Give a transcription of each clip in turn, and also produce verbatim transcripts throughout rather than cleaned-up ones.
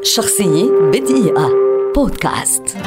شخصية بدقيقة بودكاست.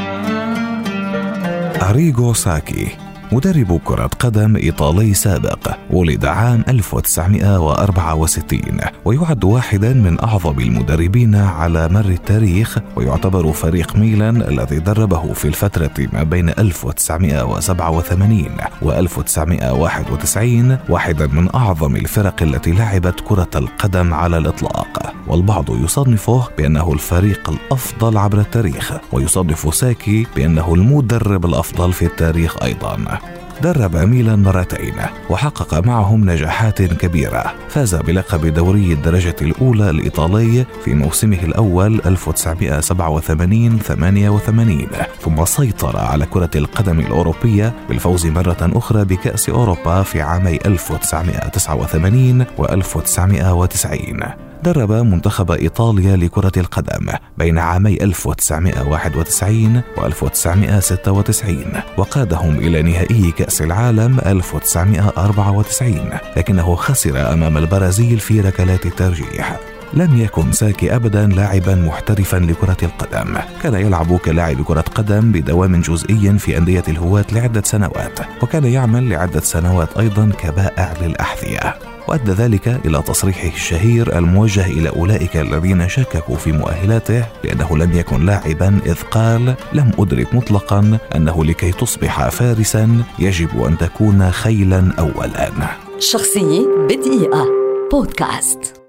أريغو ساكي مدرب كرة قدم إيطالي سابق، ولد عام ألف وتسعمائة وأربعة وستين، ويعد واحدا من أعظم المدربين على مر التاريخ، ويعتبر فريق ميلان الذي دربه في الفترة ما بين ألف وتسعمائة وسبعة وثمانين و ألف وتسعمائة وواحد وتسعين واحدا من أعظم الفرق التي لعبت كرة القدم على الإطلاق، والبعض يصنفه بأنه الفريق الأفضل عبر التاريخ، ويصنف ساكي بأنه المدرب الأفضل في التاريخ أيضا. درب ميلان مرتين وحقق معهم نجاحات كبيرة، فاز بلقب دوري الدرجة الأولى الإيطالي في موسمه الأول ألف وتسعمائة وسبعة وثمانين ثمانية وثمانين، ثم سيطر على كرة القدم الأوروبية بالفوز مرة أخرى بكأس أوروبا في عامي ألف وتسعمائة وتسعة وثمانين و ألف وتسعمائة وتسعين. درب منتخب إيطاليا لكرة القدم بين عامي ألف وتسعمائة وواحد وتسعين و ألف وتسعمائة وستة وتسعين، وقادهم إلى نهائي كأس العالم ألف وتسعمائة وأربعة وتسعين، لكنه خسر أمام البرازيل في ركلات الترجيح. لم يكن ساكي أبدا لاعبا محترفا لكرة القدم، كان يلعب كلاعب كرة قدم بدوام جزئي في أندية الهواة لعدة سنوات، وكان يعمل لعدة سنوات أيضا كبائع للأحذية، وأدى ذلك إلى تصريحه الشهير الموجه إلى أولئك الذين شككوا في مؤهلاته لأنه لم يكن لاعبا، إذ قال: لم أدرك مطلقا أنه لكي تصبح فارسا يجب أن تكون خيلا أولا. شخصية بدقيقة بودكاست.